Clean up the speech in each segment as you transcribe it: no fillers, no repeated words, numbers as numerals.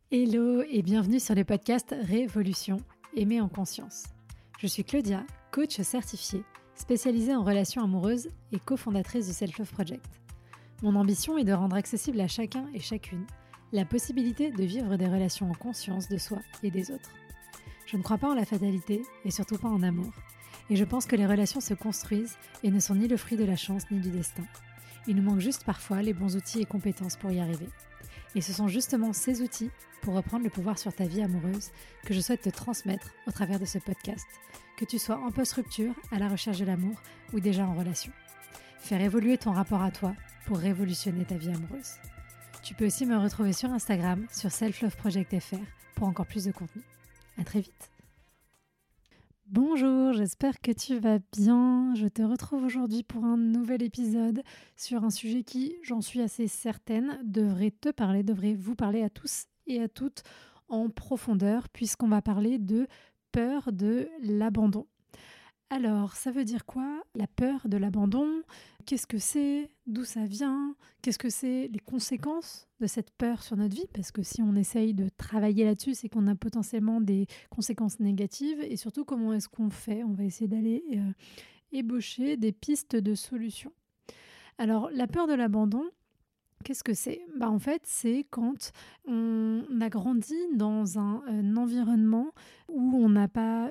Hello et bienvenue sur le podcast Révolution, aimer en conscience. Je suis Claudia, coach certifiée, spécialisée en relations amoureuses et cofondatrice du Self Love Project. Mon ambition est de rendre accessible à chacun et chacune la possibilité de vivre des relations en conscience de soi et des autres. Je ne crois pas en la fatalité et surtout pas en amour. Et je pense que les relations se construisent et ne sont ni le fruit de la chance ni du destin. Il nous manque juste parfois les bons outils et compétences pour y arriver. Et ce sont justement ces outils pour reprendre le pouvoir sur ta vie amoureuse que je souhaite te transmettre au travers de ce podcast, que tu sois en post-rupture, à la recherche de l'amour ou déjà en relation. Faire évoluer ton rapport à toi pour révolutionner ta vie amoureuse. Tu peux aussi me retrouver sur Instagram, sur selfloveproject.fr pour encore plus de contenu. À très vite. Bonjour, j'espère que tu vas bien. Je te retrouve aujourd'hui pour un nouvel épisode sur un sujet qui, j'en suis assez certaine, devrait vous parler à tous et à toutes en profondeur, puisqu'on va parler de peur de l'abandon. Alors, ça veut dire quoi, la peur de l'abandon? Qu'est-ce que c'est? D'où ça vient? Qu'est-ce que c'est les conséquences de cette peur sur notre vie? Parce que si on essaye de travailler là-dessus, c'est qu'on a potentiellement des conséquences négatives. Et surtout, comment est-ce qu'on fait? On va essayer d'aller ébaucher des pistes de solutions. Alors, la peur de l'abandon, qu'est-ce que c'est? En fait, c'est quand on a grandi dans un environnement où on n'a pas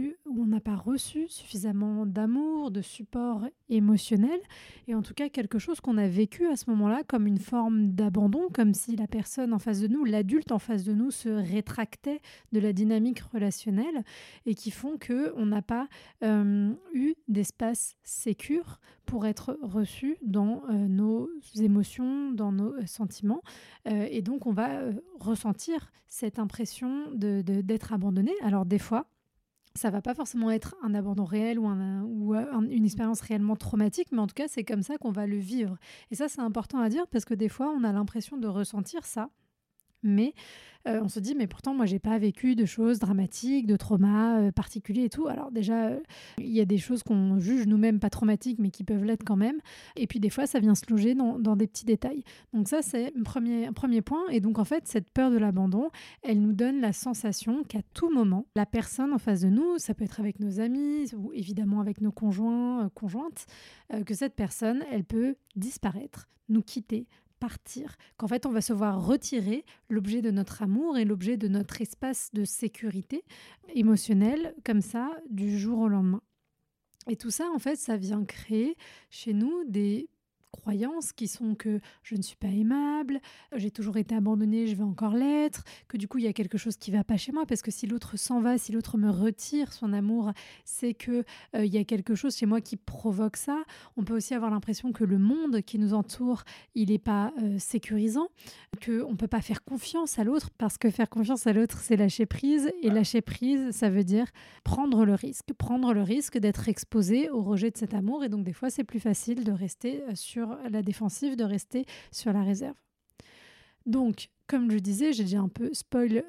reçu suffisamment d'amour, de support émotionnel, et en tout cas quelque chose qu'on a vécu à ce moment-là comme une forme d'abandon, comme si la personne en face de nous, l'adulte en face de nous, se rétractait de la dynamique relationnelle et qui font qu'on n'a pas eu d'espace sécure pour être reçu dans nos émotions, dans nos sentiments. Et donc, on va ressentir cette impression d'être abandonné. Alors, des fois, ça va pas forcément être un abandon réel ou une expérience réellement traumatique, mais en tout cas, c'est comme ça qu'on va le vivre. Et ça, c'est important à dire parce que des fois, on a l'impression de ressentir ça. Mais on se dit, mais pourtant, moi, j'ai pas vécu de choses dramatiques, de traumas particuliers et tout. Alors déjà, il y a des choses qu'on juge nous-mêmes pas traumatiques, mais qui peuvent l'être quand même. Et puis des fois, ça vient se loger dans des petits détails. Donc ça, c'est un premier point. Et donc, en fait, cette peur de l'abandon, elle nous donne la sensation qu'à tout moment, la personne en face de nous, ça peut être avec nos amis ou évidemment avec nos conjoints, conjointes, que cette personne, elle peut disparaître, nous quitter, partir, qu'en fait on va se voir retirer l'objet de notre amour et l'objet de notre espace de sécurité émotionnelle comme ça du jour au lendemain. Et tout ça en fait ça vient créer chez nous des croyances qui sont que je ne suis pas aimable, j'ai toujours été abandonnée, je vais encore l'être, que du coup il y a quelque chose qui ne va pas chez moi parce que si l'autre s'en va, si l'autre me retire son amour, c'est que il y a quelque chose chez moi qui provoque ça. On peut aussi avoir l'impression que le monde qui nous entoure, il n'est pas sécurisant, qu'on ne peut pas faire confiance à l'autre parce que faire confiance à l'autre, c'est lâcher prise et lâcher prise, ça veut dire prendre le risque d'être exposé au rejet de cet amour et donc des fois c'est plus facile de rester sur la défensive, de rester sur la réserve. Donc, comme je disais, j'ai déjà un peu spoil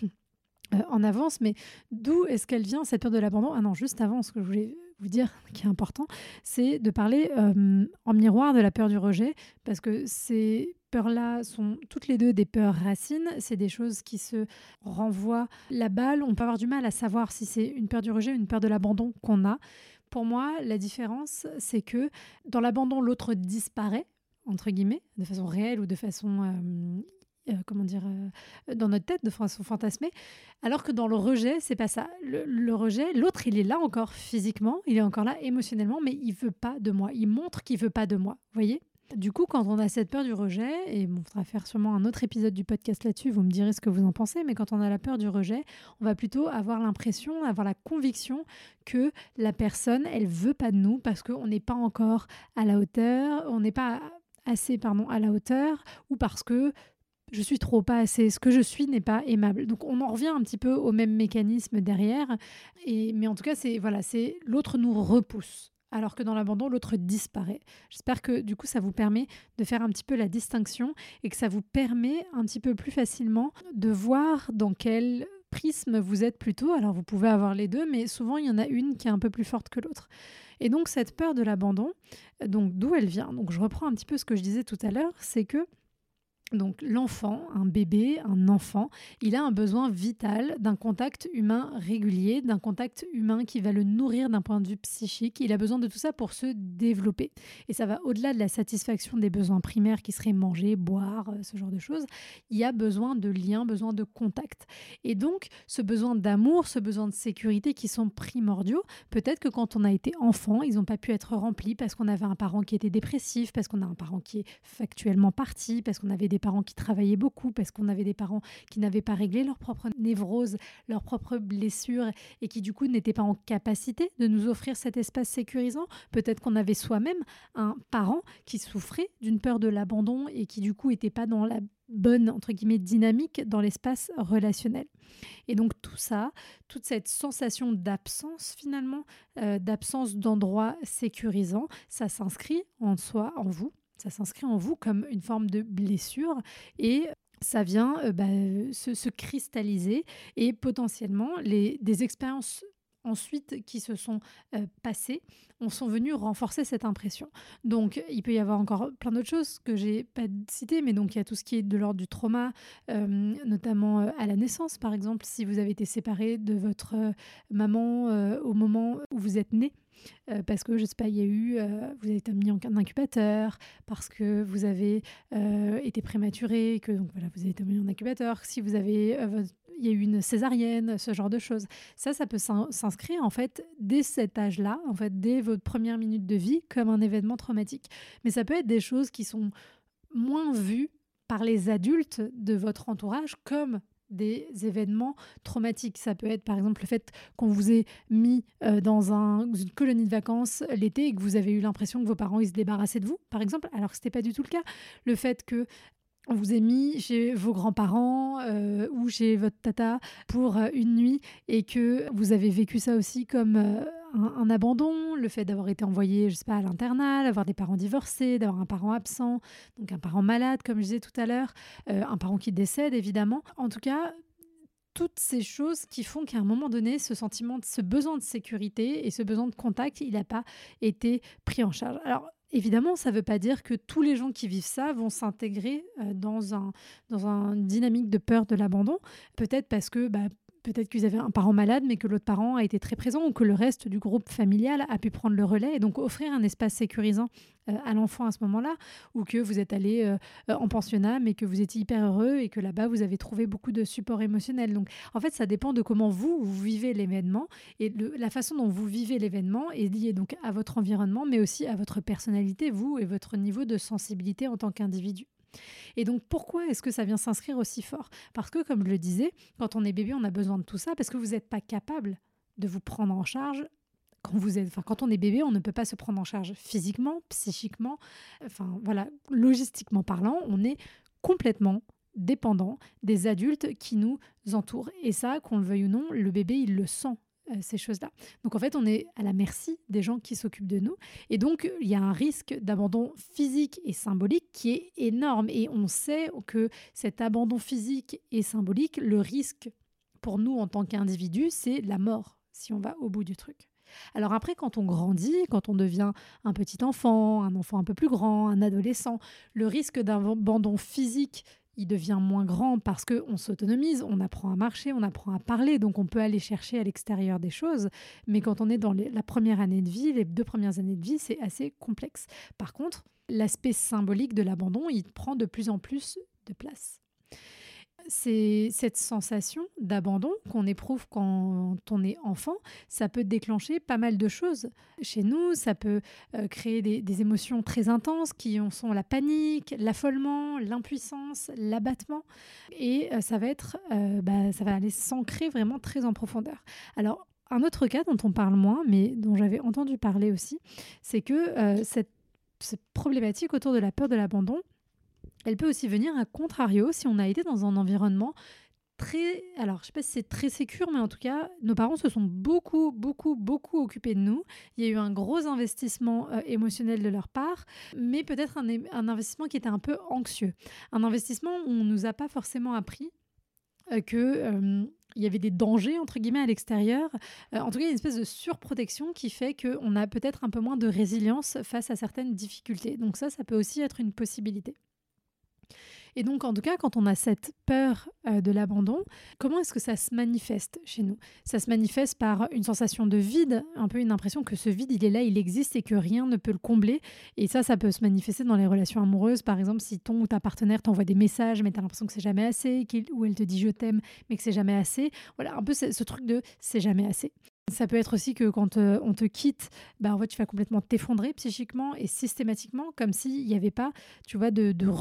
en avance, mais d'où est-ce qu'elle vient cette peur de l'abandon? Ah non, juste avant, ce que je voulais vous dire qui est important, c'est de parler en miroir de la peur du rejet, parce que ces peurs-là sont toutes les deux des peurs racines, c'est des choses qui se renvoient la balle, on peut avoir du mal à savoir si c'est une peur du rejet ou une peur de l'abandon qu'on a. Pour moi, la différence, c'est que dans l'abandon, l'autre disparaît, entre guillemets, de façon réelle ou de façon, dans notre tête, de façon fantasmée, alors que dans le rejet, c'est pas ça. Le rejet, l'autre, il est là encore physiquement, il est encore là émotionnellement, mais il veut pas de moi. Il montre qu'il veut pas de moi, vous voyez ? Du coup, quand on a cette peur du rejet, et on faudra faire sûrement un autre épisode du podcast là-dessus, vous me direz ce que vous en pensez, mais quand on a la peur du rejet, on va plutôt avoir l'impression, avoir la conviction que la personne, elle veut pas de nous parce qu'on n'est pas encore à la hauteur, on n'est pas assez à la hauteur, ou parce que je suis trop pas assez, ce que je suis n'est pas aimable. Donc on en revient un petit peu au même mécanisme derrière, mais en tout cas, c'est l'autre nous repousse. Alors que dans l'abandon, l'autre disparaît. J'espère que du coup, ça vous permet de faire un petit peu la distinction et que ça vous permet un petit peu plus facilement de voir dans quel prisme vous êtes plutôt. Alors, vous pouvez avoir les deux, mais souvent, il y en a une qui est un peu plus forte que l'autre. Et donc, cette peur de l'abandon, donc d'où elle vient? Donc, je reprends un petit peu ce que je disais tout à l'heure, c'est que Donc l'enfant, un bébé, un enfant, il a un besoin vital d'un contact humain régulier, d'un contact humain qui va le nourrir d'un point de vue psychique. Il a besoin de tout ça pour se développer. Et ça va au-delà de la satisfaction des besoins primaires qui seraient manger, boire, ce genre de choses. Il y a besoin de lien, besoin de contact. Et donc ce besoin d'amour, ce besoin de sécurité qui sont primordiaux, peut-être que quand on a été enfant, ils n'ont pas pu être remplis parce qu'on avait un parent qui était dépressif, parce qu'on a un parent qui est factuellement parti, parce qu'on avait des parents qui travaillaient beaucoup, parce qu'on avait des parents qui n'avaient pas réglé leurs propres névroses, leurs propres blessures et qui du coup n'étaient pas en capacité de nous offrir cet espace sécurisant. Peut-être qu'on avait soi-même un parent qui souffrait d'une peur de l'abandon et qui du coup n'était pas dans la bonne, entre guillemets, dynamique dans l'espace relationnel. Et donc tout ça, toute cette sensation d'absence finalement, d'absence d'endroit sécurisant, ça s'inscrit en soi, en vous. Ça s'inscrit en vous comme une forme de blessure et ça vient se cristalliser et potentiellement des expériences ensuite qui se sont passées sont venues renforcer cette impression. Donc il peut y avoir encore plein d'autres choses que j'ai pas citées, mais donc il y a tout ce qui est de l'ordre du trauma, notamment à la naissance par exemple, si vous avez été séparé de votre maman au moment où vous êtes né. Parce que, je sais pas, il y a eu, vous avez été mis en incubateur, parce que vous avez été prématuré, que donc voilà, vous avez été mis en incubateur. Si vous avez, il y a eu une césarienne, ce genre de choses. Ça peut s'inscrire en fait dès cet âge-là, en fait dès votre première minute de vie, comme un événement traumatique. Mais ça peut être des choses qui sont moins vues par les adultes de votre entourage, comme des événements traumatiques. Ça peut être par exemple le fait qu'on vous ait mis dans une colonie de vacances l'été et que vous avez eu l'impression que vos parents ils se débarrassaient de vous, par exemple, alors que ce n'était pas du tout le cas. Le fait que on vous ait mis chez vos grands-parents ou chez votre tata pour une nuit et que vous avez vécu ça aussi comme un abandon, le fait d'avoir été envoyé, je sais pas, à l'internat, d'avoir des parents divorcés, d'avoir un parent absent, donc un parent malade, comme je disais tout à l'heure, un parent qui décède évidemment. En tout cas, toutes ces choses qui font qu'à un moment donné, ce sentiment, ce besoin de sécurité et ce besoin de contact, il n'a pas été pris en charge. Alors, évidemment, ça ne veut pas dire que tous les gens qui vivent ça vont s'intégrer dans une dynamique de peur de l'abandon. Peut-être parce que peut-être qu'ils avaient un parent malade, mais que l'autre parent a été très présent ou que le reste du groupe familial a pu prendre le relais et donc offrir un espace sécurisant à l'enfant à ce moment-là, ou que vous êtes allé en pensionnat, mais que vous étiez hyper heureux et que là-bas, vous avez trouvé beaucoup de support émotionnel. Donc, en fait, ça dépend de comment vous vivez l'événement et la façon dont vous vivez l'événement est liée donc à votre environnement, mais aussi à votre personnalité, vous, et votre niveau de sensibilité en tant qu'individu. Et donc, pourquoi est-ce que ça vient s'inscrire aussi fort? Parce que, comme je le disais, quand on est bébé, on a besoin de tout ça parce que vous n'êtes pas capable de vous prendre en charge. Quand on est bébé, on ne peut pas se prendre en charge physiquement, psychiquement, voilà, logistiquement parlant, on est complètement dépendant des adultes qui nous entourent. Et ça, qu'on le veuille ou non, le bébé, il le sent, ces choses-là. Donc en fait, on est à la merci des gens qui s'occupent de nous. Et donc, il y a un risque d'abandon physique et symbolique qui est énorme. Et on sait que cet abandon physique et symbolique, le risque pour nous en tant qu'individus, c'est la mort, si on va au bout du truc. Alors après, quand on grandit, quand on devient un petit enfant, un enfant un peu plus grand, un adolescent, le risque d'abandon physique il devient moins grand parce qu'on s'autonomise, on apprend à marcher, on apprend à parler, donc on peut aller chercher à l'extérieur des choses. Mais quand on est dans la première année de vie, les 2 premières années de vie, c'est assez complexe. Par contre, l'aspect symbolique de l'abandon, il prend de plus en plus de place. C'est cette sensation d'abandon qu'on éprouve quand on est enfant, ça peut déclencher pas mal de choses chez nous, ça peut créer des émotions très intenses qui sont la panique, l'affolement, l'impuissance, l'abattement et ça va aller s'ancrer vraiment très en profondeur. Alors, un autre cas dont on parle moins, mais dont j'avais entendu parler aussi, c'est que cette problématique autour de la peur de l'abandon, elle peut aussi venir à contrario si on a été dans un environnement alors je ne sais pas si c'est très sécure, mais en tout cas, nos parents se sont beaucoup, beaucoup, beaucoup occupés de nous. Il y a eu un gros investissement émotionnel de leur part, mais peut-être un investissement qui était un peu anxieux. Un investissement où on ne nous a pas forcément appris qu'il y avait des dangers, entre guillemets, à l'extérieur. En tout cas, il y a une espèce de surprotection qui fait qu'on a peut-être un peu moins de résilience face à certaines difficultés. Donc ça peut aussi être une possibilité. Et donc, en tout cas, quand on a cette peur de l'abandon, comment est-ce que ça se manifeste chez nous? Ça se manifeste par une sensation de vide, un peu une impression que ce vide, il est là, il existe et que rien ne peut le combler. Et ça peut se manifester dans les relations amoureuses. Par exemple, si ton ou ta partenaire t'envoie des messages, mais tu as l'impression que c'est jamais assez, ou elle te dit je t'aime, mais que c'est jamais assez. Voilà, un peu ce truc de c'est jamais assez. Ça peut être aussi que quand on te quitte, bah, en fait, tu vas complètement t'effondrer psychiquement et systématiquement, comme s'il n'y avait pas, tu vois,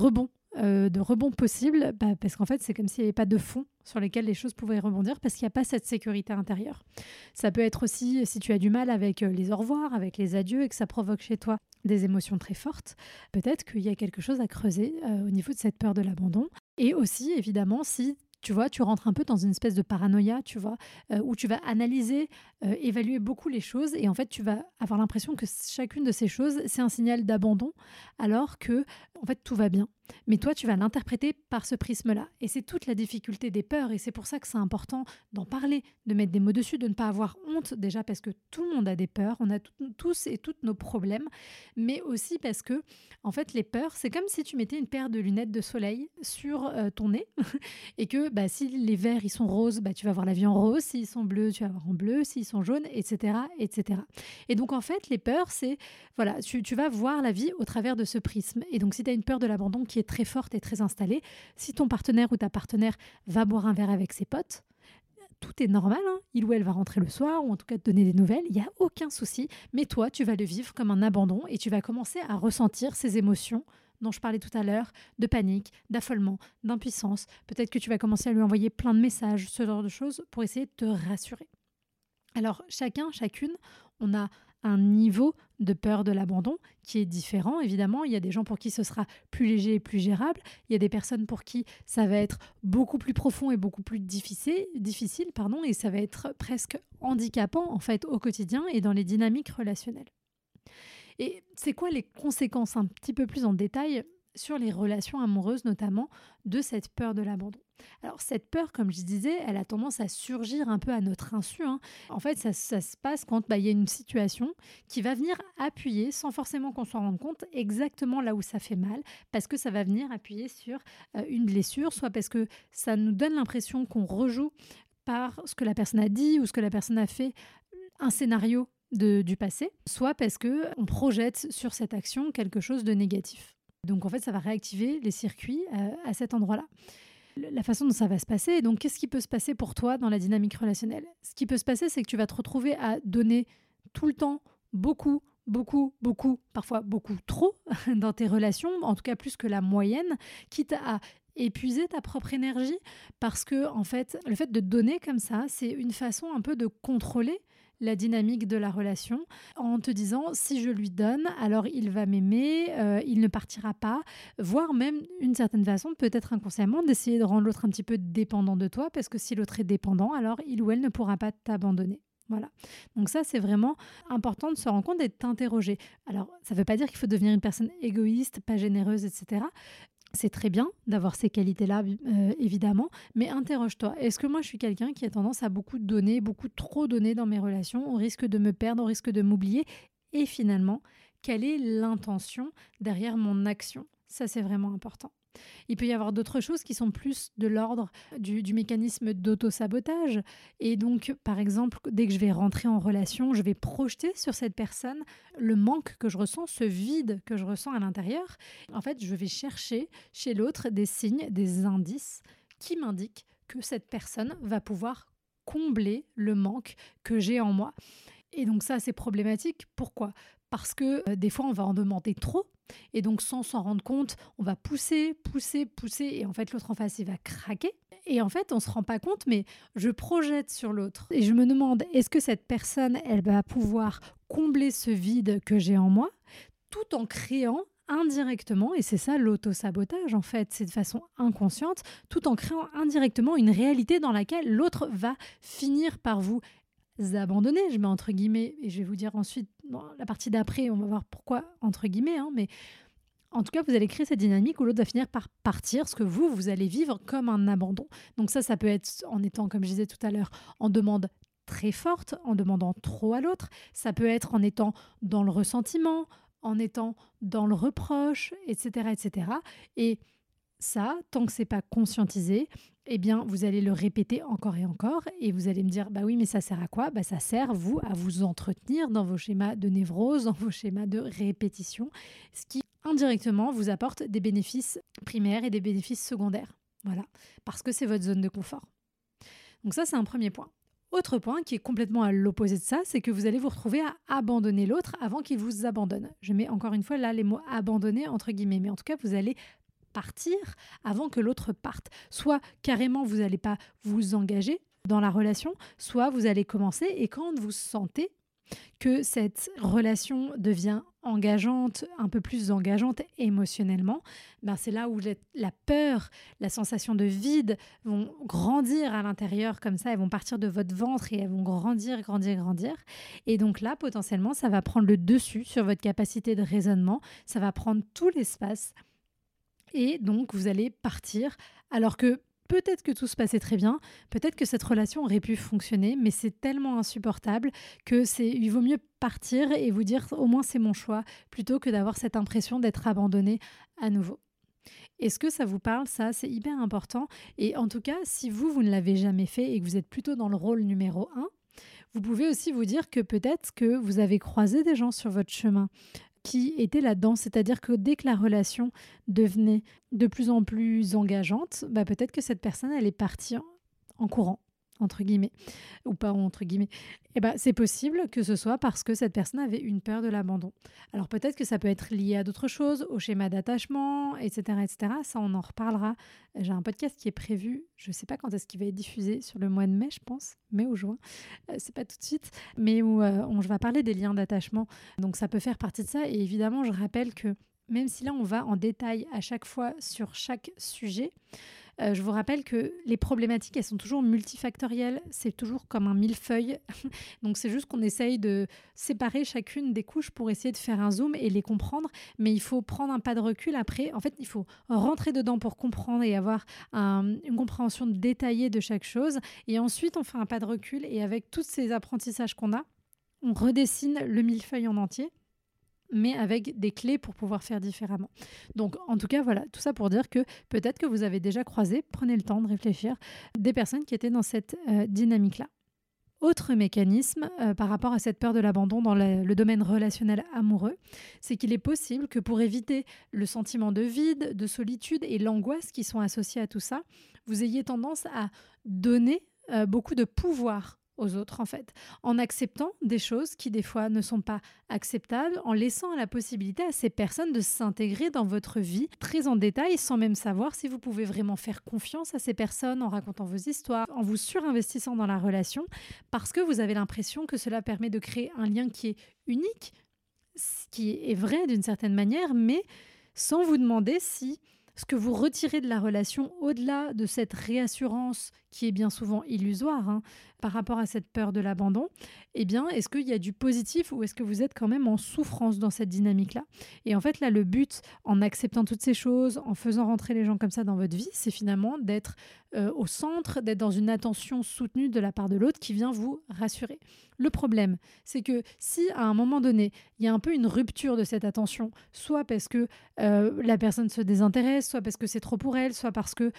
de rebond possible, bah, parce qu'en fait, c'est comme s'il n'y avait pas de fond sur lesquels les choses pouvaient rebondir parce qu'il n'y a pas cette sécurité intérieure. Ça peut être aussi si tu as du mal avec les au revoir, avec les adieux et que ça provoque chez toi des émotions très fortes, peut-être qu'il y a quelque chose à creuser au niveau de cette peur de l'abandon. Et aussi, évidemment, si tu vois, tu rentres un peu dans une espèce de paranoïa, tu vois, où tu vas analyser, évaluer beaucoup les choses et en fait, tu vas avoir l'impression que chacune de ces choses, c'est un signal d'abandon alors que, en fait, tout va bien. Mais toi, tu vas l'interpréter par ce prisme-là. Et c'est toute la difficulté des peurs et c'est pour ça que c'est important d'en parler, de mettre des mots dessus, de ne pas avoir honte déjà parce que tout le monde a des peurs, on a tous et toutes nos problèmes, mais aussi parce que, en fait, les peurs, c'est comme si tu mettais une paire de lunettes de soleil sur ton nez et que bah, si les verts ils sont roses, bah, tu vas voir la vie en rose, s'ils sont bleus, tu vas voir en bleu, s'ils sont jaunes, etc. etc. Et donc en fait, les peurs, c'est, voilà, tu vas voir la vie au travers de ce prisme. Et donc si tu as une peur de l'abandon qui est très forte et très installée, si ton partenaire ou ta partenaire va boire un verre avec ses potes, tout est normal, hein. Il ou elle va rentrer le soir ou en tout cas te donner des nouvelles, il n'y a aucun souci, mais toi, tu vas le vivre comme un abandon et tu vas commencer à ressentir ces émotions dont je parlais tout à l'heure, de panique, d'affolement, d'impuissance. Peut-être que tu vas commencer à lui envoyer plein de messages, ce genre de choses, pour essayer de te rassurer. Alors, chacun, chacune, on a un niveau de peur de l'abandon qui est différent, évidemment. Il y a des gens pour qui ce sera plus léger et plus gérable. Il y a des personnes pour qui ça va être beaucoup plus profond et beaucoup plus difficile, et ça va être presque handicapant, en fait, au quotidien et dans les dynamiques relationnelles. Et c'est quoi les conséquences un petit peu plus en détail sur les relations amoureuses notamment de cette peur de l'abandon? Alors cette peur, comme je disais, elle a tendance à surgir un peu à notre insu, hein. En fait, ça se passe quand il y a une situation qui va venir appuyer, sans forcément qu'on s'en rende compte, exactement là où ça fait mal, parce que ça va venir appuyer sur une blessure, soit parce que ça nous donne l'impression qu'on rejoue par ce que la personne a dit ou ce que la personne a fait, un scénario du passé, soit parce que on projette sur cette action quelque chose de négatif. Donc en fait, ça va réactiver les circuits à cet endroit-là. La façon dont ça va se passer, donc qu'est-ce qui peut se passer pour toi dans la dynamique relationnelle? Ce qui peut se passer, c'est que tu vas te retrouver à donner tout le temps beaucoup, beaucoup, beaucoup, parfois beaucoup trop dans tes relations, en tout cas plus que la moyenne, quitte à épuiser ta propre énergie parce que en fait, le fait de donner comme ça, c'est une façon un peu de contrôler la dynamique de la relation en te disant si je lui donne, alors il va m'aimer, il ne partira pas, voire même une certaine façon, peut-être inconsciemment, d'essayer de rendre l'autre un petit peu dépendant de toi parce que si l'autre est dépendant, alors il ou elle ne pourra pas t'abandonner. Voilà. Donc ça, c'est vraiment important de se rendre compte et de t'interroger. Alors, ça ne veut pas dire qu'il faut devenir une personne égoïste, pas généreuse, etc. C'est très bien d'avoir ces qualités-là, évidemment, mais interroge-toi. Est-ce que moi, je suis quelqu'un qui a tendance à beaucoup donner, beaucoup trop donner dans mes relations, au risque de me perdre, au risque de m'oublier? Et finalement, quelle est l'intention derrière mon action? Ça, c'est vraiment important. Il peut y avoir d'autres choses qui sont plus de l'ordre du mécanisme d'auto-sabotage. Et donc, par exemple, dès que je vais rentrer en relation, je vais projeter sur cette personne le manque que je ressens, ce vide que je ressens à l'intérieur. En fait, je vais chercher chez l'autre des signes, des indices qui m'indiquent que cette personne va pouvoir combler le manque que j'ai en moi. Et donc ça, c'est problématique. Pourquoi? Parce que des fois, on va en demander trop. Et donc, sans s'en rendre compte, on va pousser, pousser, pousser. Et en fait, l'autre en face, il va craquer. Et en fait, on ne se rend pas compte, mais je projette sur l'autre. Et je me demande, est-ce que cette personne, elle va pouvoir combler ce vide que j'ai en moi, tout en créant indirectement, et c'est ça l'auto-sabotage en fait, c'est de façon inconsciente, tout en créant indirectement une réalité dans laquelle l'autre va finir par vous abandonner, je mets entre guillemets, et je vais vous dire ensuite, dans la partie d'après, on va voir pourquoi entre guillemets, hein, mais en tout cas, vous allez créer cette dynamique où l'autre va finir par partir, ce que vous allez vivre comme un abandon. Donc ça peut être en étant, comme je disais tout à l'heure, en demande très forte, en demandant trop à l'autre. Ça peut être en étant dans le ressentiment, en étant dans le reproche, etc., etc. Et Ça, tant que c'est pas conscientisé, eh bien, vous allez le répéter encore et encore et vous allez me dire: «Bah oui, mais ça sert à quoi?» Bah, ça sert, vous, à vous entretenir dans vos schémas de névrose, dans vos schémas de répétition, ce qui, indirectement, vous apporte des bénéfices primaires et des bénéfices secondaires. Voilà, parce que c'est votre zone de confort. Donc ça, c'est un premier point. Autre point qui est complètement à l'opposé de ça, c'est que vous allez vous retrouver à abandonner l'autre avant qu'il vous abandonne. Je mets encore une fois là les mots «abandonner» entre guillemets, mais en tout cas, vous allez partir avant que l'autre parte. Soit carrément, vous n'allez pas vous engager dans la relation, soit vous allez commencer et quand vous sentez que cette relation devient engageante, un peu plus engageante émotionnellement, ben c'est là où la peur, la sensation de vide vont grandir à l'intérieur comme ça, elles vont partir de votre ventre et elles vont grandir, grandir, grandir. Et donc là, potentiellement, ça va prendre le dessus sur votre capacité de raisonnement, ça va prendre tout l'espace et donc vous allez partir alors que peut-être que tout se passait très bien, peut-être que cette relation aurait pu fonctionner, mais c'est tellement insupportable il vaut mieux partir et vous dire au moins c'est mon choix, plutôt que d'avoir cette impression d'être abandonné à nouveau. Est-ce que ça vous parle ça? C'est hyper important. Et en tout cas, si vous ne l'avez jamais fait et que vous êtes plutôt dans le rôle numéro un, vous pouvez aussi vous dire que peut-être que vous avez croisé des gens sur votre chemin qui étaient là-dedans. C'est-à-dire que dès que la relation devenait de plus en plus engageante, bah, peut-être que cette personne, elle est partie en courant, entre guillemets, ou pas entre guillemets. Et bah, c'est possible que ce soit parce que cette personne avait une peur de l'abandon. Alors peut-être que ça peut être lié à d'autres choses, au schéma d'attachement, etc., etc. Ça, on en reparlera. J'ai un podcast qui est prévu, je ne sais pas quand est-ce qu'il va être diffusé, sur le mois de mai, je pense, mai ou juin, c'est pas tout de suite, mais où je vais parler des liens d'attachement. Donc ça peut faire partie de ça. Et évidemment, je rappelle que même si là, on va en détail à chaque fois sur chaque sujet, je vous rappelle que les problématiques, elles sont toujours multifactorielles. C'est toujours comme un millefeuille. Donc, c'est juste qu'on essaye de séparer chacune des couches pour essayer de faire un zoom et les comprendre. Mais il faut prendre un pas de recul après. En fait, il faut rentrer dedans pour comprendre et avoir une compréhension détaillée de chaque chose. Et ensuite, on fait un pas de recul et avec tous ces apprentissages qu'on a, on redessine le millefeuille en entier, mais avec des clés pour pouvoir faire différemment. Donc, en tout cas, voilà, tout ça pour dire que peut-être que vous avez déjà croisé, prenez le temps de réfléchir, des personnes qui étaient dans cette dynamique-là. Autre mécanisme par rapport à cette peur de l'abandon dans le domaine relationnel amoureux, c'est qu'il est possible que pour éviter le sentiment de vide, de solitude et l'angoisse qui sont associés à tout ça, vous ayez tendance à donner beaucoup de pouvoir aux autres, en fait, en acceptant des choses qui, des fois, ne sont pas acceptables, en laissant la possibilité à ces personnes de s'intégrer dans votre vie très en détail, sans même savoir si vous pouvez vraiment faire confiance à ces personnes en racontant vos histoires, en vous surinvestissant dans la relation, parce que vous avez l'impression que cela permet de créer un lien qui est unique, ce qui est vrai d'une certaine manière, mais sans vous demander si ce que vous retirez de la relation, au-delà de cette réassurance qui est bien souvent illusoire par rapport à cette peur de l'abandon, eh bien, est-ce qu'il y a du positif ou est-ce que vous êtes quand même en souffrance dans cette dynamique-là? Et en fait, là, le but, en acceptant toutes ces choses, en faisant rentrer les gens comme ça dans votre vie, c'est finalement d'être au centre, d'être dans une attention soutenue de la part de l'autre qui vient vous rassurer. Le problème, c'est que si à un moment donné, il y a un peu une rupture de cette attention, soit parce que la personne se désintéresse, soit parce que c'est trop pour elle, soit parce que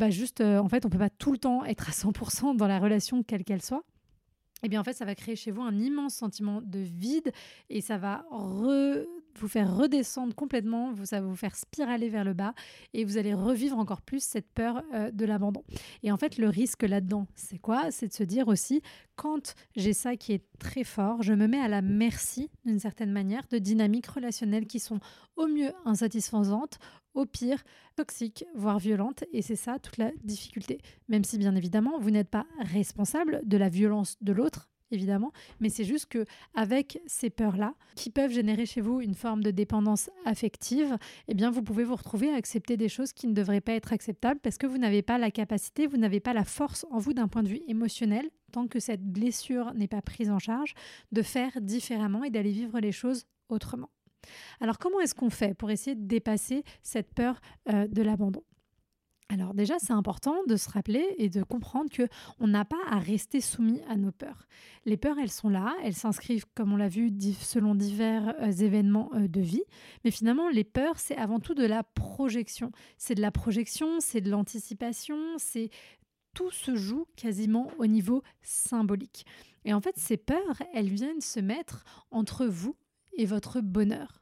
en fait, on peut pas tout le temps être à 100% dans la relation, quelle qu'elle soit. Eh bien, en fait, ça va créer chez vous un immense sentiment de vide et ça va vous faire redescendre complètement, ça va vous faire spiraler vers le bas et vous allez revivre encore plus cette peur de l'abandon. Et en fait, le risque là-dedans, c'est quoi? C'est de se dire aussi, quand j'ai ça qui est très fort, je me mets à la merci, d'une certaine manière, de dynamiques relationnelles qui sont au mieux insatisfaisantes, au pire toxiques, voire violentes. Et c'est ça toute la difficulté. Même si, bien évidemment, vous n'êtes pas responsable de la violence de l'autre, évidemment, mais c'est juste que avec ces peurs-là, qui peuvent générer chez vous une forme de dépendance affective, eh bien, vous pouvez vous retrouver à accepter des choses qui ne devraient pas être acceptables parce que vous n'avez pas la capacité, vous n'avez pas la force en vous d'un point de vue émotionnel, tant que cette blessure n'est pas prise en charge, de faire différemment et d'aller vivre les choses autrement. Alors, comment est-ce qu'on fait pour essayer de dépasser cette peur de l'abandon? Alors déjà, c'est important de se rappeler et de comprendre que on n'a pas à rester soumis à nos peurs. Les peurs, elles sont là, elles s'inscrivent, comme on l'a vu, selon divers événements de vie. Mais finalement, les peurs, c'est avant tout de la projection. C'est de la projection, c'est de l'anticipation, c'est tout se joue quasiment au niveau symbolique. Et en fait, ces peurs, elles viennent se mettre entre vous et votre bonheur.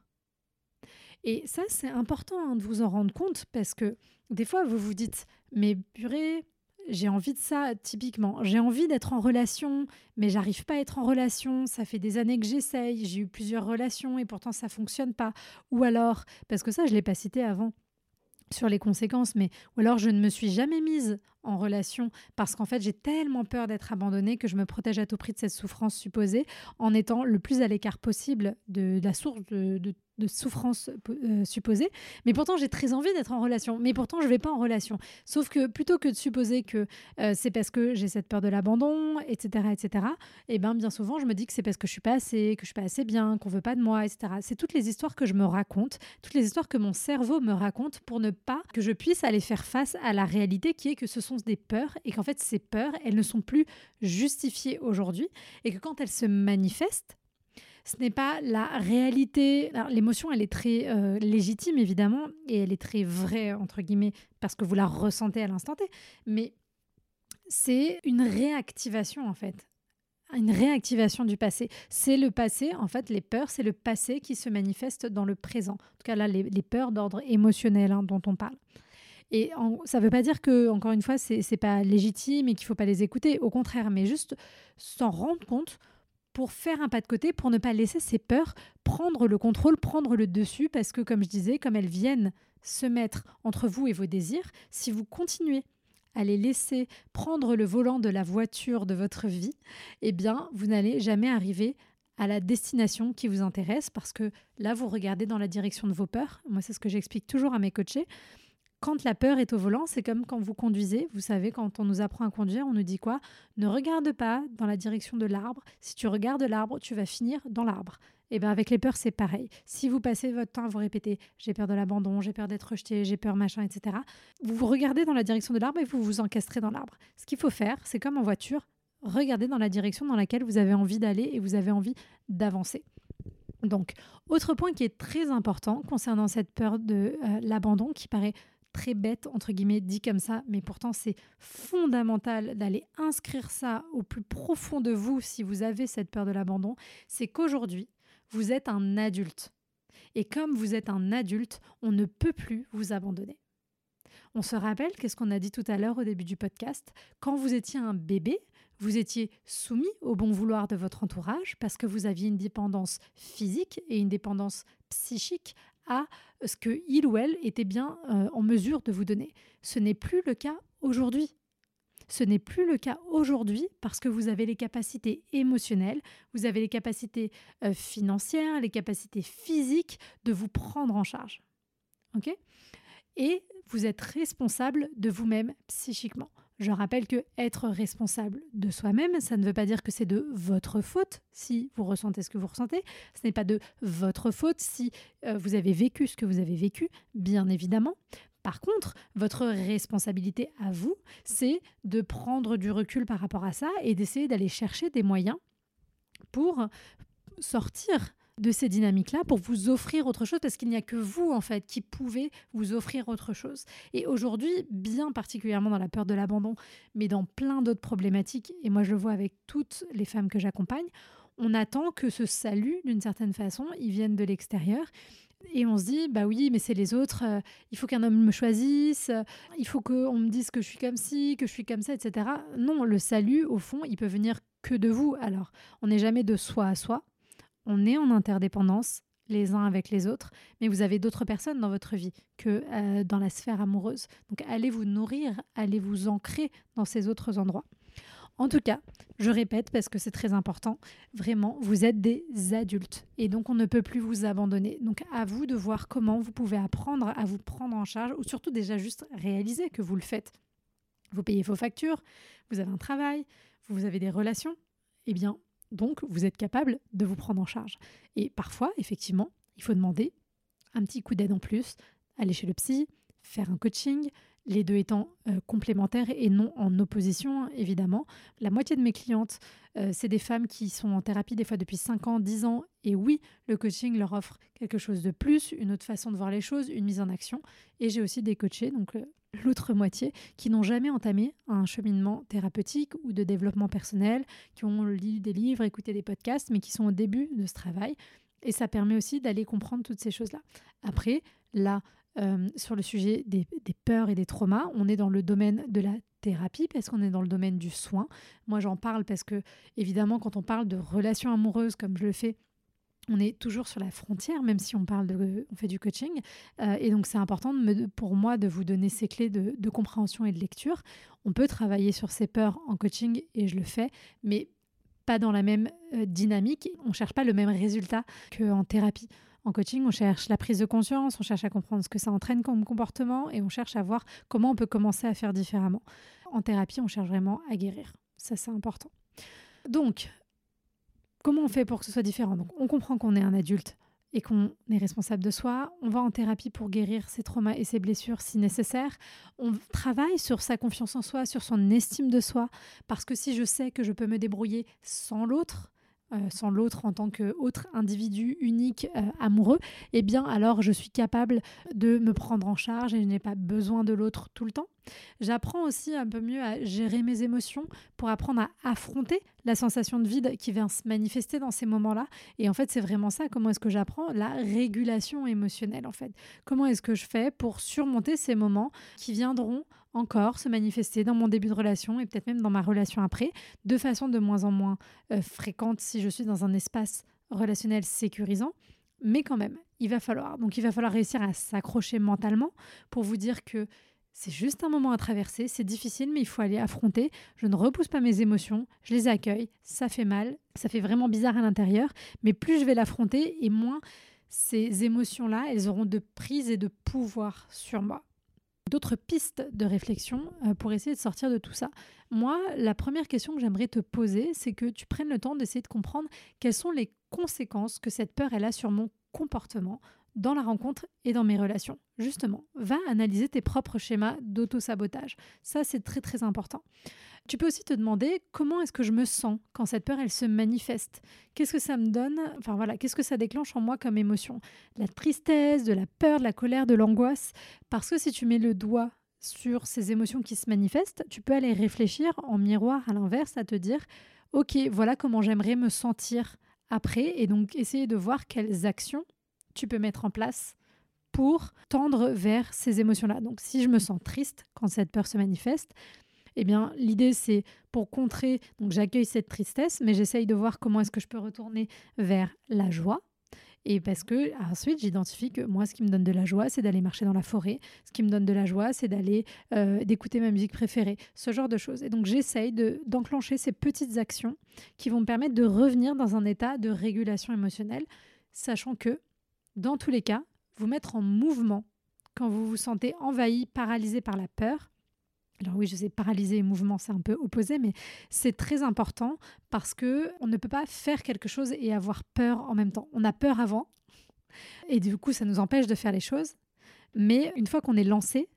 Et ça, c'est important de vous en rendre compte parce que des fois, vous vous dites, mais purée, j'ai envie de ça, typiquement. J'ai envie d'être en relation, mais j'arrive pas à être en relation. Ça fait des années que j'essaye. J'ai eu plusieurs relations et pourtant ça fonctionne pas. Ou alors, parce que ça, je l'ai pas cité avant sur les conséquences, mais ou alors je ne me suis jamais mise en relation parce qu'en fait j'ai tellement peur d'être abandonnée que je me protège à tout prix de cette souffrance supposée en étant le plus à l'écart possible de la source de souffrance supposée. Mais pourtant j'ai très envie d'être en relation, mais pourtant je ne vais pas en relation. Sauf que plutôt que de supposer que c'est parce que j'ai cette peur de l'abandon, etc., et bien souvent je me dis que c'est parce que je suis pas assez, que je suis pas assez bien, qu'on veut pas de moi, etc. C'est toutes les histoires que je me raconte, toutes les histoires que mon cerveau me raconte pour ne pas que je puisse aller faire face à la réalité qui est que ce sont des peurs et qu'en fait ces peurs, elles ne sont plus justifiées aujourd'hui et que quand elles se manifestent, ce n'est pas la réalité. Alors, l'émotion, elle est très légitime, évidemment, et elle est très vraie, entre guillemets, parce que vous la ressentez à l'instant T. Mais c'est une réactivation, en fait. Une réactivation du passé. C'est le passé, en fait, les peurs, c'est le passé qui se manifeste dans le présent. En tout cas, là, les peurs d'ordre émotionnel dont on parle. Et ça ne veut pas dire que, encore une fois, c'est pas légitime et qu'il ne faut pas les écouter. Au contraire, mais juste s'en rendre compte pour faire un pas de côté, pour ne pas laisser ces peurs prendre le contrôle, prendre le dessus, parce que, comme je disais, comme elles viennent se mettre entre vous et vos désirs, si vous continuez à les laisser prendre le volant de la voiture de votre vie, eh bien, vous n'allez jamais arriver à la destination qui vous intéresse, parce que là, vous regardez dans la direction de vos peurs. Moi, c'est ce que j'explique toujours à mes coachés. Quand la peur est au volant, c'est comme quand vous conduisez. Vous savez, quand on nous apprend à conduire, on nous dit quoi? Ne regarde pas dans la direction de l'arbre. Si tu regardes l'arbre, tu vas finir dans l'arbre. Et bien avec les peurs, c'est pareil. Si vous passez votre temps à vous répéter j'ai peur de l'abandon, j'ai peur d'être rejeté, j'ai peur machin, etc., vous regardez dans la direction de l'arbre et vous vous encastrez dans l'arbre. Ce qu'il faut faire, c'est comme en voiture, regardez dans la direction dans laquelle vous avez envie d'aller et vous avez envie d'avancer. Donc, autre point qui est très important concernant cette peur de l'abandon, qui paraît très bête, entre guillemets, dit comme ça, mais pourtant c'est fondamental d'aller inscrire ça au plus profond de vous si vous avez cette peur de l'abandon, c'est qu'aujourd'hui, vous êtes un adulte. Et comme vous êtes un adulte, on ne peut plus vous abandonner. On se rappelle, qu'est-ce qu'on a dit tout à l'heure au début du podcast, quand vous étiez un bébé, vous étiez soumis au bon vouloir de votre entourage parce que vous aviez une dépendance physique et une dépendance psychique à ce qu'il ou elle était bien en mesure de vous donner. Ce n'est plus le cas aujourd'hui. Ce n'est plus le cas aujourd'hui parce que vous avez les capacités émotionnelles, vous avez les capacités financières, les capacités physiques de vous prendre en charge. Ok ? Et vous êtes responsable de vous-même psychiquement. Je rappelle que être responsable de soi-même, ça ne veut pas dire que c'est de votre faute si vous ressentez ce que vous ressentez. Ce n'est pas de votre faute si vous avez vécu ce que vous avez vécu, bien évidemment. Par contre, votre responsabilité à vous, c'est de prendre du recul par rapport à ça et d'essayer d'aller chercher des moyens pour sortir de ces dynamiques-là, pour vous offrir autre chose, parce qu'il n'y a que vous, en fait, qui pouvez vous offrir autre chose. Et aujourd'hui, bien particulièrement dans la peur de l'abandon, mais dans plein d'autres problématiques, et moi je le vois avec toutes les femmes que j'accompagne, on attend que ce salut, d'une certaine façon, il vienne de l'extérieur. Et on se dit, bah oui, mais c'est les autres, il faut qu'un homme me choisisse, il faut qu'on me dise que je suis comme ci, que je suis comme ça, etc. Non, le salut, au fond, il peut venir que de vous. Alors, on n'est jamais de soi à soi, on est en interdépendance les uns avec les autres, mais vous avez d'autres personnes dans votre vie que dans la sphère amoureuse. Donc allez vous nourrir, allez vous ancrer dans ces autres endroits. En tout cas, je répète parce que c'est très important, vraiment, vous êtes des adultes et donc on ne peut plus vous abandonner. Donc à vous de voir comment vous pouvez apprendre à vous prendre en charge ou surtout déjà juste réaliser que vous le faites. Vous payez vos factures, vous avez un travail, vous avez des relations, eh bien, donc vous êtes capable de vous prendre en charge. Et parfois, effectivement, il faut demander un petit coup d'aide en plus, aller chez le psy, faire un coaching, les deux étant complémentaires et non en opposition, hein, évidemment. La moitié de mes clientes, c'est des femmes qui sont en thérapie des fois depuis 5 ans, 10 ans. Et oui, le coaching leur offre quelque chose de plus, une autre façon de voir les choses, une mise en action. Et j'ai aussi des coachés, donc l'autre moitié, qui n'ont jamais entamé un cheminement thérapeutique ou de développement personnel, qui ont lu des livres, écouté des podcasts, mais qui sont au début de ce travail. Et ça permet aussi d'aller comprendre toutes ces choses-là. Après, là, sur le sujet des peurs et des traumas, on est dans le domaine de la thérapie parce qu'on est dans le domaine du soin. Moi, j'en parle parce que, évidemment, quand on parle de relations amoureuses comme je le fais, on est toujours sur la frontière, même si on fait du coaching. Et donc, c'est important pour moi de vous donner ces clés de compréhension et de lecture. On peut travailler sur ces peurs en coaching et je le fais, mais pas dans la même dynamique. On ne cherche pas le même résultat qu'en thérapie. En coaching, on cherche la prise de conscience, on cherche à comprendre ce que ça entraîne comme comportement et on cherche à voir comment on peut commencer à faire différemment. En thérapie, on cherche vraiment à guérir. Ça, c'est important. Donc, comment on fait pour que ce soit différent? Donc, on comprend qu'on est un adulte et qu'on est responsable de soi. On va en thérapie pour guérir ses traumas et ses blessures si nécessaire. On travaille sur sa confiance en soi, sur son estime de soi, parce que si je sais que je peux me débrouiller sans l'autre en tant qu'autre individu unique, amoureux, eh bien alors je suis capable de me prendre en charge et je n'ai pas besoin de l'autre tout le temps. J'apprends aussi un peu mieux à gérer mes émotions pour apprendre à affronter la sensation de vide qui vient se manifester dans ces moments-là. Et en fait, c'est vraiment ça. Comment est-ce que j'apprends la régulation émotionnelle, en fait? Comment est-ce que je fais pour surmonter ces moments qui viendront encore se manifester dans mon début de relation et peut-être même dans ma relation après, de façon de moins en moins fréquente si je suis dans un espace relationnel sécurisant. Mais quand même, il va falloir. Donc, il va falloir réussir à s'accrocher mentalement pour vous dire que c'est juste un moment à traverser, c'est difficile, mais il faut aller affronter. Je ne repousse pas mes émotions, je les accueille, ça fait mal, ça fait vraiment bizarre à l'intérieur, mais plus je vais l'affronter et moins ces émotions-là, elles auront de prise et de pouvoir sur moi. D'autres pistes de réflexion pour essayer de sortir de tout ça. Moi, la première question que j'aimerais te poser, c'est que tu prennes le temps d'essayer de comprendre quelles sont les conséquences que cette peur elle a sur mon comportement dans la rencontre et dans mes relations. Justement, va analyser tes propres schémas d'auto-sabotage. Ça, c'est très très important. Tu peux aussi te demander comment est-ce que je me sens quand cette peur elle se manifeste. Qu'est-ce que ça me donne? Enfin voilà, qu'est-ce que ça déclenche en moi comme émotion? De la tristesse, de la peur, de la colère, de l'angoisse. Parce que si tu mets le doigt sur ces émotions qui se manifestent, tu peux aller réfléchir en miroir à l'inverse, à te dire ok, voilà comment j'aimerais me sentir après, et donc essayer de voir quelles actions tu peux mettre en place pour tendre vers ces émotions-là. Donc si je me sens triste quand cette peur se manifeste, eh bien, l'idée, c'est pour contrer, donc j'accueille cette tristesse, mais j'essaye de voir comment est-ce que je peux retourner vers la joie. Et parce que ensuite, j'identifie que moi, ce qui me donne de la joie, c'est d'aller marcher dans la forêt. Ce qui me donne de la joie, c'est d'écouter ma musique préférée, ce genre de choses. Et donc, j'essaye d'enclencher ces petites actions qui vont me permettre de revenir dans un état de régulation émotionnelle, sachant que, dans tous les cas, vous mettre en mouvement quand vous vous sentez envahi, paralysé par la peur. Alors oui, je sais, paralysé et mouvement, c'est un peu opposé, mais c'est très important parce qu'on ne peut pas faire quelque chose et avoir peur en même temps. On a peur avant et du coup, ça nous empêche de faire les choses. Mais une fois qu'on est lancé,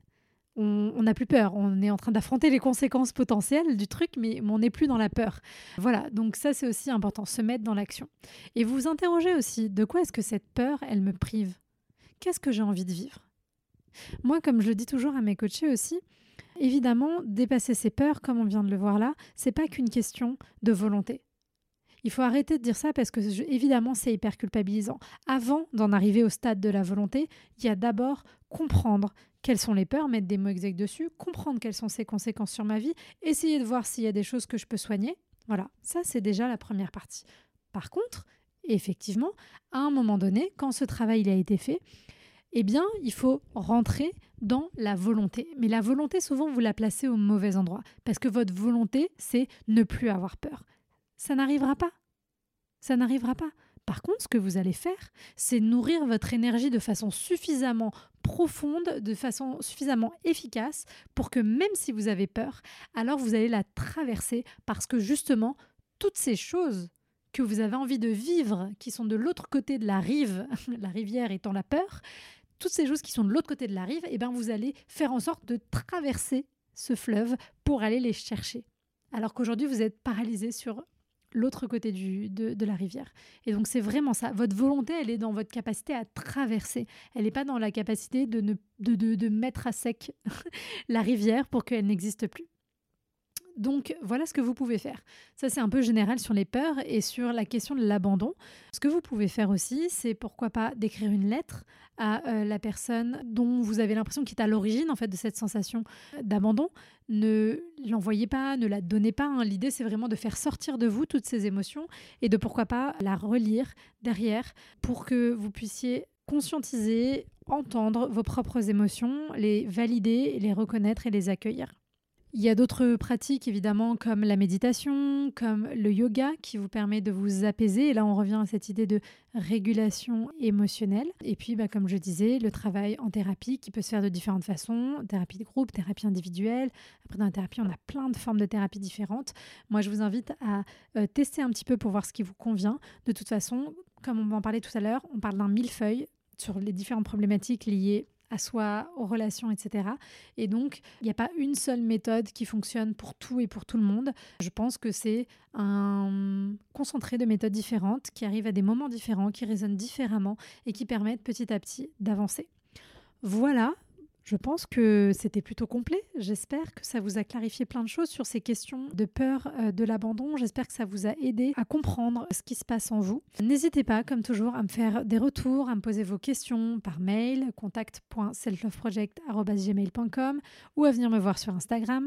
on n'a plus peur. On est en train d'affronter les conséquences potentielles du truc, mais on n'est plus dans la peur. Voilà, donc ça, c'est aussi important, se mettre dans l'action. Et vous vous interrogez aussi, de quoi est-ce que cette peur, elle me prive? Qu'est-ce que j'ai envie de vivre? Moi, comme je le dis toujours à mes coachés aussi, évidemment, dépasser ses peurs, comme on vient de le voir là, c'est pas qu'une question de volonté. Il faut arrêter de dire ça parce que, évidemment, c'est hyper culpabilisant. Avant d'en arriver au stade de la volonté, il y a d'abord comprendre quelles sont les peurs, mettre des mots exacts dessus, comprendre quelles sont ses conséquences sur ma vie, essayer de voir s'il y a des choses que je peux soigner. Voilà, ça, c'est déjà la première partie. Par contre, effectivement, à un moment donné, quand ce travail il a été fait, eh bien, il faut rentrer dans la volonté. Mais la volonté, souvent, vous la placez au mauvais endroit. Parce que votre volonté, c'est ne plus avoir peur. Ça n'arrivera pas. Ça n'arrivera pas. Par contre, ce que vous allez faire, c'est nourrir votre énergie de façon suffisamment profonde, de façon suffisamment efficace pour que même si vous avez peur, alors vous allez la traverser parce que justement, toutes ces choses que vous avez envie de vivre, qui sont de l'autre côté de la rive, la rivière étant la peur, toutes ces choses qui sont de l'autre côté de la rive, vous allez faire en sorte de traverser ce fleuve pour aller les chercher. Alors qu'aujourd'hui, vous êtes paralysé sur l'autre côté de la rivière. Et donc, c'est vraiment ça. Votre volonté, elle est dans votre capacité à traverser. Elle n'est pas dans la capacité de mettre à sec la rivière pour qu'elle n'existe plus. Donc, voilà ce que vous pouvez faire. Ça, c'est un peu général sur les peurs et sur la question de l'abandon. Ce que vous pouvez faire aussi, c'est pourquoi pas d'écrire une lettre à la personne dont vous avez l'impression qu'il est à l'origine en fait, de cette sensation d'abandon. Ne l'envoyez pas, ne la donnez pas. Hein. L'idée, c'est vraiment de faire sortir de vous toutes ces émotions et de pourquoi pas la relire derrière pour que vous puissiez conscientiser, entendre vos propres émotions, les valider, les reconnaître et les accueillir. Il y a d'autres pratiques, évidemment, comme la méditation, comme le yoga, qui vous permet de vous apaiser. Et là, on revient à cette idée de régulation émotionnelle. Et puis, comme je disais, le travail en thérapie qui peut se faire de différentes façons. Thérapie de groupe, thérapie individuelle. Après, dans la thérapie, on a plein de formes de thérapie différentes. Moi, je vous invite à tester un petit peu pour voir ce qui vous convient. De toute façon, comme on en parlait tout à l'heure, on parle d'un millefeuille sur les différentes problématiques liées à soi, aux relations, etc. Et donc, il n'y a pas une seule méthode qui fonctionne pour tout et pour tout le monde. Je pense que c'est un concentré de méthodes différentes qui arrivent à des moments différents, qui résonnent différemment et qui permettent petit à petit d'avancer. Voilà. Je pense que c'était plutôt complet. J'espère que ça vous a clarifié plein de choses sur ces questions de peur de l'abandon. J'espère que ça vous a aidé à comprendre ce qui se passe en vous. N'hésitez pas, comme toujours, à me faire des retours, à me poser vos questions par mail, contact.selfloveproject@gmail.com ou à venir me voir sur Instagram,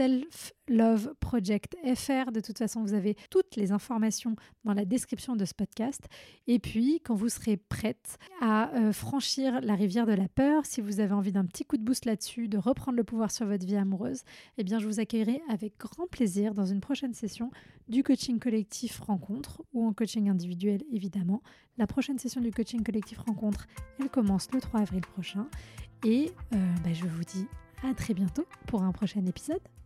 selfloveprojectfr. De toute façon, vous avez toutes les informations dans la description de ce podcast. Et puis, quand vous serez prête à franchir la rivière de la peur, si vous avez envie d'un petit coup de boost là-dessus, de reprendre le pouvoir sur votre vie amoureuse, je vous accueillerai avec grand plaisir dans une prochaine session du coaching collectif rencontre ou en coaching individuel évidemment. La prochaine session du coaching collectif rencontre, elle commence le 3 avril prochain et je vous dis à très bientôt pour un prochain épisode.